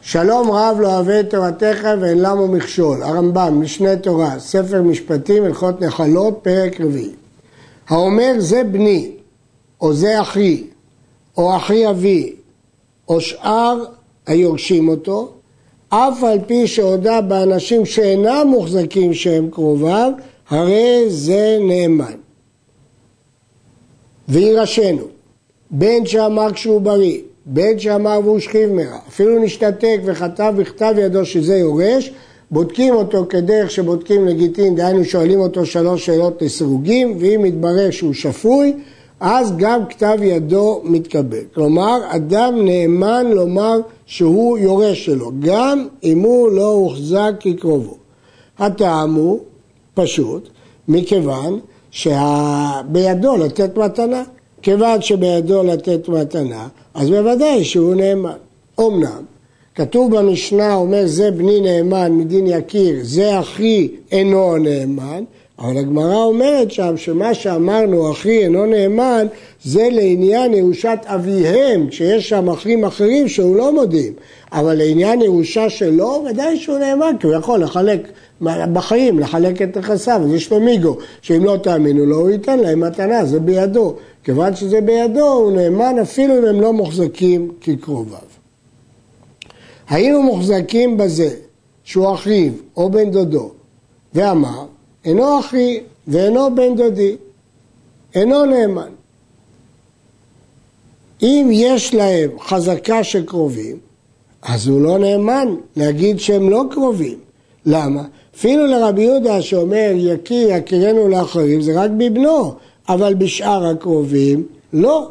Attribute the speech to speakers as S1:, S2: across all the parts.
S1: שלום רב לא אוהב את תורתך ואין למו מכשול. הרמב"ם, משנה תורה, ספר משפטים, הלכות נחלות, פרק רביעי. האומר זה בני, או זה אחי, או אחי אבי, או שאר היורשים אותו, אף על פי שהודה באנשים שאינם מוחזקים שהם קרוביו, הרי זה נאמן. וירשנו, בין שאמר כשהוא בריא, בין שאמר והוא שכיב מרע, אפילו נשתתק וכתב בכתב ידו שזה יורש, בודקים אותו כדרך שבודקים לגיטין, דהיינו שואלים אותו 3 שאלות לסירוגים, ואם מתברר שהוא שפוי, אז גם כתב ידו מתקבל. כלומר, אדם נאמן לומר שהוא יורש שלו, גם אם הוא לא הוחזק כקרובו. הטעם הוא פשוט, מכיוון שבידו לתת מתנה. כיוון שבידו לתת מתנה, אז בוודאי שהוא נאמן. אומנם, כתוב במשנה, אומר זה בני נאמן מדין יקיר, זה אחי אינו נאמן, אבל הגמרא אומרת שם שמה שאמרנו אחי אינו נאמן, זה לעניין ירושת אביהם, שיש שם אחים אחרים שהוא לא מודים, אבל לעניין ירושה שלו, ודאי שהוא נאמן, כי הוא יכול לחלק בחיים, לחלק את נכסיו, אז יש לו מיגו, שאם לא תאמינו לו, הוא ייתן להם מתנה, זה בידו. כיוון שזה בידו, הוא נאמן אפילו אם הם לא מוחזקים כקרוביו. היינו מוחזקים בזה, שהוא אחיו או בן דודו, ואמר, אינו אחי ואינו בן דודי, אינו נאמן. אם יש להם חזקה של קרובים, אז הוא לא נאמן להגיד שהם לא קרובים. למה? אפילו לרבי יהודה שאומר יקיר יכירנו לאחרים, זה רק בבנו, אבל בשאר הקרובים לא.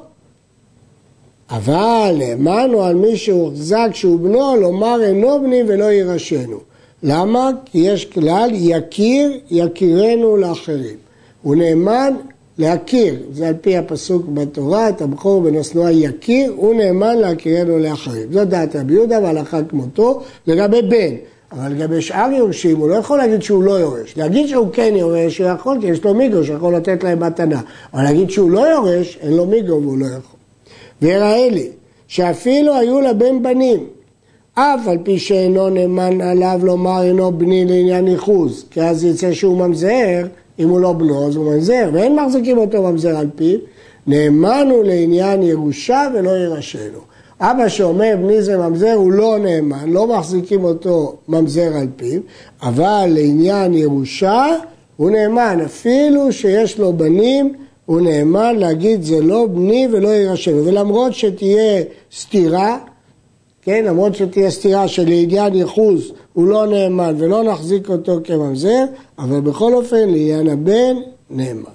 S1: אבל נאמנו על מי שהוחזק שהוא בנו, לומר אינו בני ולא יירשנו. למה? כי יש כלל יכיר יכירנו לאחרים. הוא נאמן להכיר, זה על פי הפסוק בתורה, את הבכור בן השנואה יכיר, הוא נאמן להכירנו לאחרים. זו דעת רבי יהודה והלכה כמותו לגבי בן. אבל לגבי שאר יורשים הוא לא יכול להגיד שהוא לא יורש. להגיד שהוא כן יורש הוא יכול, כי יש לו מיגו שיכול לתת להם מתנה. אבל להגיד שהוא לא יורש, אין לו מיגו והוא לא יכול. ויראה לי שאפילו היו לבן בנים, אף על פי שאינו נאמן עליו לומר אינו בני לעניין ייחוס, כי אז יצא שהוא ממזר, אם הוא לא בנו אז הוא ממזר, ואין מחזיקים אותו ממזר על פיו, נאמנו לעניין ירושה ולא ירשנו. אבא שאומר בני זה ממזר הוא לא נאמן, לא מחזיקים אותו ממזר על פיו, אבל לעניין ירושה הוא נאמן, אפילו שיש לו בנים, הוא נאמן להגיד זה לא בני ולא ירשנו, ולמרות שתהיה סתירה, כן, למרות שתהיה סתירה שלעניין ייחוס הוא לא נאמן ולא נחזיק אותו כממזר, אבל בכל אופן לעניין הבן נאמן.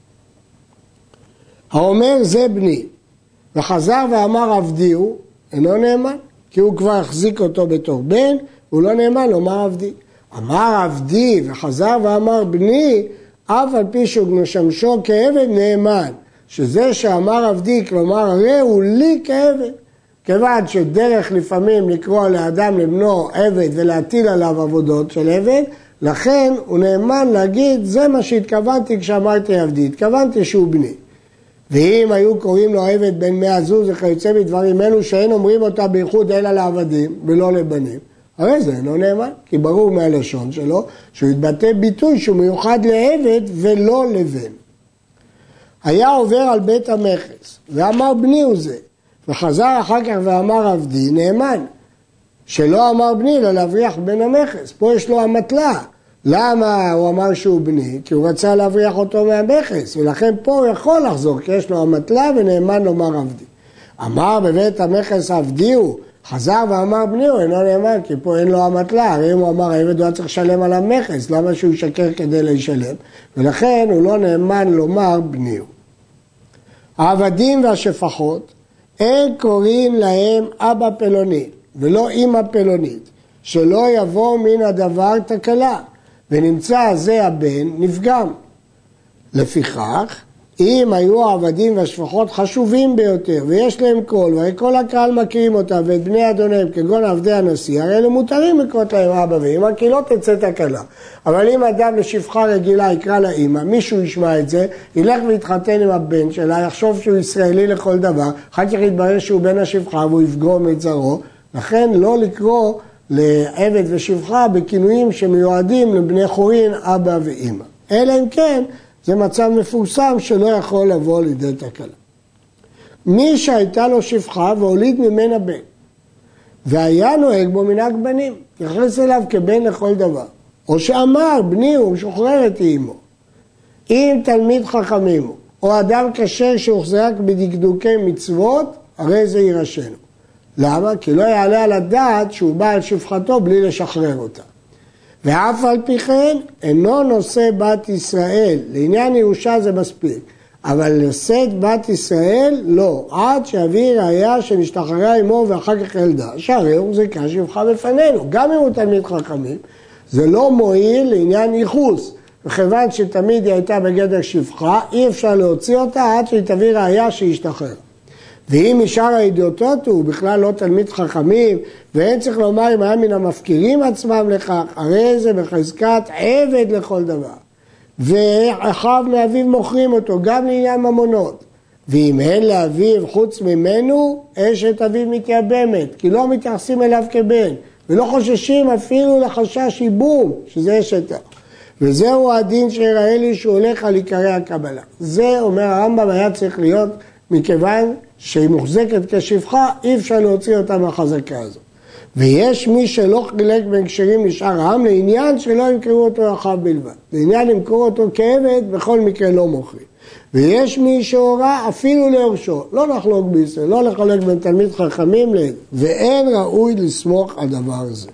S1: האומר זה בני, וחזר ואמר עבדי הוא, אינו נאמן, כי הוא כבר החזיק אותו בתור בן, הוא לא נאמן לומר עבדי. אמר עבדי וחזר ואמר בני, אף על פי שהוא משמשו כעבד נאמן, שזה שאמר עבדי, כלומר הרי הוא לי כעבד. כיוון שדרך לפעמים לקרוא לאדם לבנו עבד ולהטיל עליו עבודות של עבד, לכן הוא נאמן להגיד, זה מה שהתכוונתי כשאמרתי עבדי, התכוונתי שהוא בני. ואם היו קוראים לו עבד בן 100 זוז וכיוצא מדברים אלו שאין אומרים אותה בייחוד אלא לעבדים ולא לבנים, הרי זה אינו נאמן, כי ברור מהלשון שלו שהוא יתבטא ביטוי שהוא מיוחד לעבד ולא לבן. היה עובר על בית המכס ואמר בני הוא זה, וחזר אחר כך ואמר עבדי נאמן, שלא אמר בני אלא להבריח בן המכס, פה יש לו המטלה. למה הוא אמר שהוא בני? כי הוא רצה להבריח אותו מהמכס, ולכן פה הוא יכול לחזור, כי יש לו המטלה ונאמן לומר עבדי. אמר בבית המכס עבדי הוא, חזר ואמר בני הוא, אינו נאמן, כי פה אין לו המטלה, הרי אם הוא אמר העבד הוא היה צריך לשלם על המכס, למה שהוא ישקר כדי לשלם? ולכן הוא לא נאמן לומר בני הוא. העבדים והשפחות, אין קוראים להם אבא פלוני, ולא אמא פלונית, שלא יבוא מן הדבר תקלה. ונמצא זה הבן נפגם. לפיכך, אם היו העבדים והשפחות חשובים ביותר, ויש להם קול, והרי כל הקהל מכירים אותם, ואת בני אדוניהם, כגון עבדי הנשיא, הרי אלה מותרים לקרות להם אבא ואמא, כי לא תצא תקלה. אבל אם אדם לשפחה רגילה יקרא לאמא, מישהו ישמע את זה, ילך ויתחתן עם הבן שלה, יחשוב שהוא ישראלי לכל דבר, אחר כך יתברר שהוא בן השפחה, והוא יפגום את זרו, לכן לא לקרוא לעבד ושפחה בכינויים שמיועדים לבני חורין, אבא ואמא. אלא אם כן, זה מצב מפורסם שלא יכול לבוא לידי תקלה. מי שהייתה לו שפחה והוליד ממנה בן, והיה נוהג בו מנהג בנים, יחס אליו כבן לכל דבר. או שאמר, בני הוא משוחררת עמו. אם תלמיד חכמים הוא, או אדם כשר שהוחזק בדקדוקי מצוות, הרי זה יירשנו. למה? כי לא יעלה על הדעת שהוא בא על שפחתו בלי לשחרר אותה. ואף על פי כן, אינו נושא בת ישראל. לעניין ירושה זה מספיק. אבל לשאת בת ישראל, לא. עד שאביא ראיה שנשתחררה עמו ואחר כך ילדה. שהרי הוא זיקה שפחה בפנינו. גם אם הוא תלמיד חכמים, זה לא מועיל לעניין ייחוס. וכיוון שתמיד היא הייתה בגדר שפחה, אי אפשר להוציא אותה עד שהיא תביא ראיה שישתחרר. ואם משאר הידיעותות הוא בכלל לא תלמיד חכמים, ואין צריך לומר אם היה מן המפקירים עצמם לכך, הרי זה בחזקת עבד לכל דבר. ואחיו מאביו מוכרים אותו, גם לעניין ממונות. ואם אין לאביו חוץ ממנו, אשת אביו מתייבמת, כי לא מתייחסים אליו כבן, ולא חוששים אפילו לחשש איבום, שזה אשת. וזהו הדין שיראה לי שהוא הולך על עיקרי הקבלה. זה אומר הרמב"ם היה צריך להיות מכיוון שהיא מוחזקת כשפחה, אי אפשר להוציא אותה מהחזקה הזו. ויש מי שלא חילק בין קשרים לשאר העם לעניין שלא ימכרו אותו לאחיו בלבד. לעניין ימכרו אותו כעבד, בכל מקרה לא מוכרים. ויש מי שהורה אפילו להורשו, לא לחלוק בישראל, לא לחלק בין תלמיד חכמים לעבד, ואין ראוי לסמוך על דבר הזה.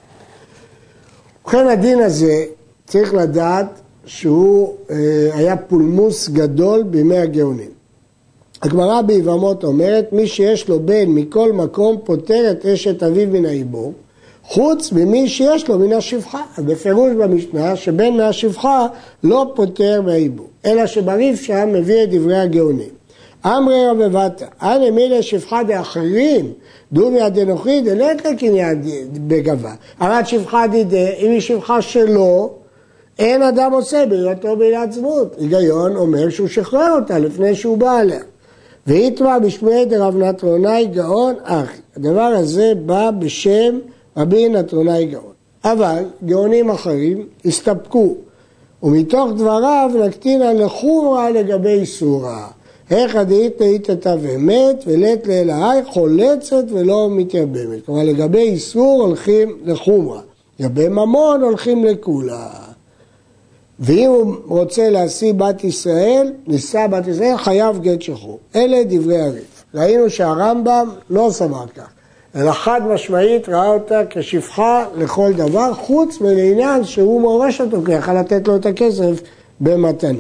S1: ובכן הדין הזה צריך לדעת שהוא היה פולמוס גדול בימי הגאונים. הגמרא ביבמות אומרת, מי שיש לו בן מכל מקום פוטר את אשת אביו מן העיבור, חוץ ממי שיש לו מן השפחה. בפירוש במשנה שבן מהשפחה לא פוטר מהעיבור, אלא שבריף שם מביא את דברי הגאונים. אמרי רב אבטה, אנא מילי שפחה דאחרים, דומיה דנוכרי דלת לקניין בגבה. אבל שפחה דידה, אם היא שפחה שלו, אין אדם עושה בהיותו בעילת זנות. היגיון אומר שהוא שחרר אותה לפני שהוא בא עליה. והתבע בשמי דרב נתרונאי גאון אחי. הדבר הזה בא בשם רבי נתרונאי גאון. אבל גאונים אחרים הסתפקו, ומתוך דבריו נקטינה לחומרה לגבי איסורה. איך הדאית נהיתתה ומת, ולית לאלהי חולצת ולא מתייבמת. כלומר לגבי איסור הולכים לחומרה, לגבי ממון הולכים לכולה. ואם הוא רוצה להשיא בת ישראל, נישא בת ישראל, חייב גט שחרור. אלה דברי הריף. ראינו שהרמב"ם לא סבר כך, אלא חד משמעית ראה אותה כשפחה לכל דבר, חוץ מלעניין שהוא מורש אותו, כי יכול לתת לו את הכסף במתנה.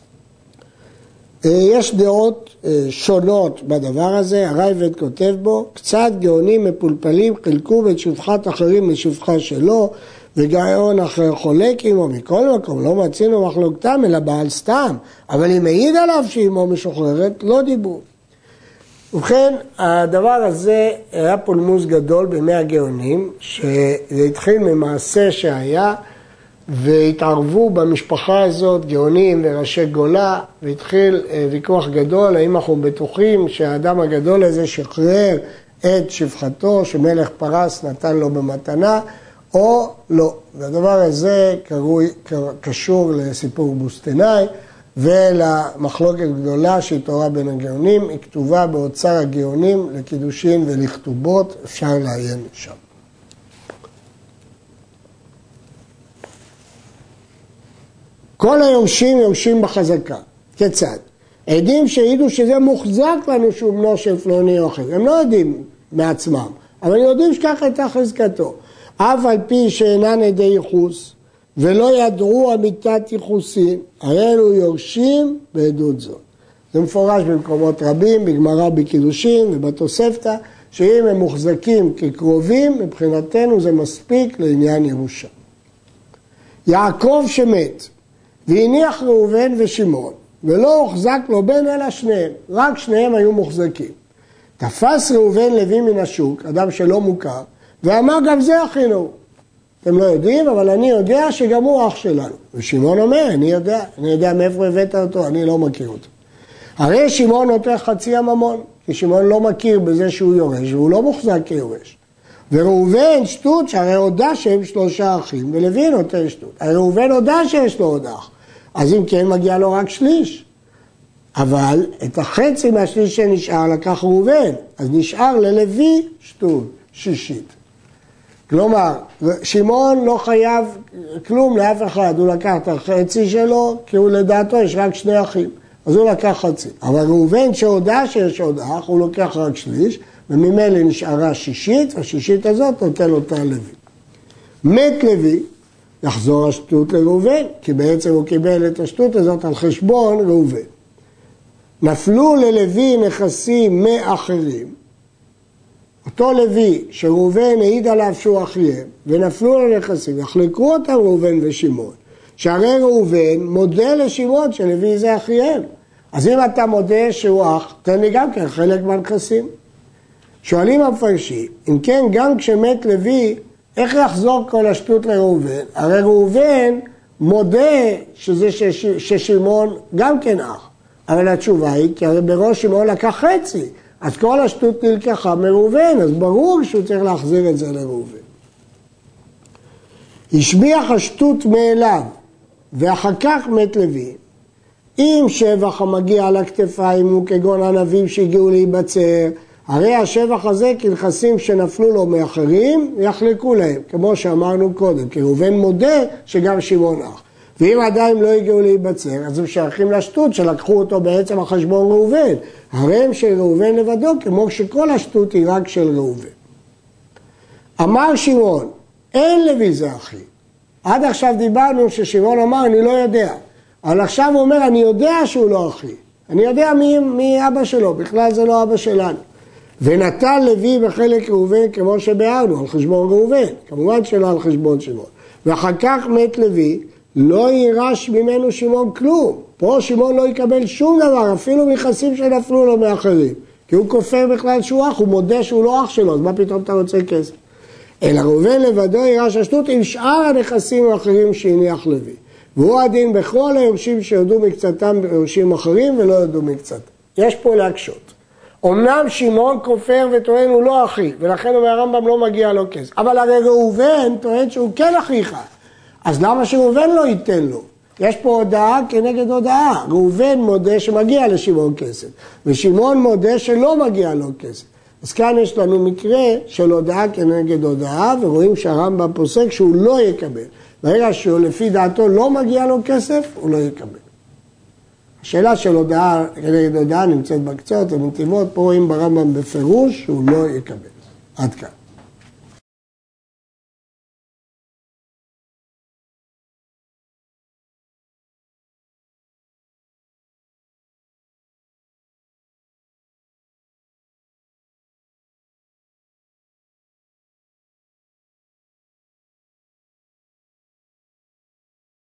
S1: יש דעות שונות בדבר הזה, הרייבד כותב בו, קצת גאונים מפולפלים חילקו בין שפחת אחרים לשפחה שלו, וגאון אחר חולק עמו. מכל מקום לא מצינו מחלוקתם אלא בעל סתם, אבל אם העיד עליו שאמו משוחררת לא דיברו. ובכן הדבר הזה היה פולמוס גדול בימי הגאונים, שזה התחיל ממעשה שהיה והתערבו במשפחה הזאת גאונים וראשי גולה, והתחיל ויכוח גדול האם אנחנו בטוחים שהאדם הגדול הזה שחרר את שפחתו שמלך פרס נתן לו במתנה או לא. והדבר הזה קשור לסיפור בוסטנאי ולמחלוקת גדולה שהתעוררה בין הגאונים. היא כתובה באוצר הגאונים לקידושין ולכתובות, אפשר לעיין שם. כל היורשים יורשים בחזקה. כיצד? עדים שהעידו שזה מוחזק לנו שהוא בנו של פלוני או אחר. הם לא יודעים מעצמם, אבל יודעים שככה הייתה חזקתו. אף על פי שאינן עדי ייחוס, ולא ידעו אמיתת ייחוסים, הרי אלו יורשים בעדות זאת. זה מפורש במקומות רבים, בגמרא בקידושין ובתוספתא, שאם הם מוחזקים כקרובים, מבחינתנו זה מספיק לעניין ירושה. יעקב שמת, והניח ראובן ושמעון, ולא הוחזק לו בן אלא שניהם, רק שניהם היו מוחזקים. תפס ראובן לוי מן השוק, אדם שלא מוכר, ואמר גם זה אחינו. אתם לא יודעים, אבל אני יודע שגם הוא אח שלנו. ושמעון אומר, אני יודע מאיפה הבאת אותו, אני לא מכיר אותו. הרי שמעון נותן חצי הממון, כי שמעון לא מכיר בזה שהוא יורש, והוא לא מוחזק כיורש. וראובן שטות שהרי הודע שהם 3 אחים, ולוי נותן שטות. הרי ראובן הודע שיש לו עוד אח, אז אם כן מגיע לו רק שליש. אבל את החצי מהשליש שנשאר לקח ראובן, אז נשאר ללוי שטות, 1/6. כלומר, שמעון לא חייב כלום לאף אחד, הוא לקח את החצי שלו, כי הוא לדעתו יש רק 2 אחים, אז הוא לקח חצי. אבל ראובן שהודע שיש עוד אח, הוא לוקח רק שליש, וממילא נשארה 1/6, וה1/6 הזאת נותן אותה לוי. מת לוי, יחזור השטות לראובן, כי בעצם הוא קיבל את השטות הזאת על חשבון ראובן. נפלו ללוי נכסים מאחרים, אותו לוי שראובן העיד עליו שהוא אחיהם, ונפלו לו נכסים, יחלקו אותם ראובן ושמעון, שהרי ראובן מודה לשמעון שלוי זה אחיהם. אז אם אתה מודה שהוא אח, תן לי גם כן חלק מהנכסים. שואלים המפרשים, אם כן גם כשמת לוי, איך יחזור כל השטות לראובן? הרי ראובן מודה ששמעון גם כן אח. אבל התשובה היא, כי הרי בראש שמעון לקח חצי, אז כל השטות נלקחה מראובן, אז ברור שהוא צריך להחזיר את זה לראובן. השביח השטות מאליו, ואחר כך מת לוי. אם שבח המגיע על הכתפיים הוא כגון ענבים שהגיעו להיבצר, הרי השבח הזה כנכסים שנפלו לו מאחרים, יחלקו להם, כמו שאמרנו קודם, כי ראובן מודה שגם שמעון אח. ואם עדיין לא הגיעו להיבצר, אז הם שייכים לשטות שלקחו אותו בעצם על חשבון ראובן. הרי הם של ראובן לבדו, כמו שכל השטות היא רק של ראובן. אמר שמעון, אין לוי זה אחי. עד עכשיו דיברנו ששמעון אמר, אני לא יודע. אבל עכשיו הוא אומר, אני יודע שהוא לא אחי. אני יודע מי אבא שלו, בכלל זה לא אבא שלנו. ונתן לוי בחלק ראובן כמו שביארנו, על חשבון ראובן. כמובן שלא על חשבון שמעון. ואחר כך מת לוי, לא יירש ממנו שמעון כלום. פה שמעון לא יקבל שום דבר, אפילו נכסים שנפלו לו מאחרים. כי הוא כופר בכלל שהוא אח, הוא מודה שהוא לא אח שלו, אז מה פתאום אתה רוצה כסף? אלא ראובן לבדו יירש השטות עם שאר הנכסים האחרים שהניח לוי. והוא הדין בכל היורשים שיודעו מקצתם ביורשים אחרים ולא יודעו מקצתם. יש פה להקשות. אמנם שמעון כופר וטוען הוא לא אחי, ולכן אומר הרמב"ם לא מגיע לו כסף. אבל הרי ראובן טוען שהוא כן אחיך. אז למה שראובן לא ייתן לו? יש פה הודעה כנגד הודעה. ראובן מודה שמגיע לשמעון כסף, ושמעון מודה שלא מגיע לו כסף. אז כאן יש לנו מקרה של הודעה כנגד הודעה, ורואים שהרמב"ם פוסק שהוא לא יקבל. ברגע שהוא לפי דעתו לא מגיע לו כסף, הוא לא יקבל. השאלה של הודעה כנגד הודעה נמצאת בקצות, ובנתיבות, פה רואים ברמב"ם בפירוש שהוא לא יקבל. עד כאן.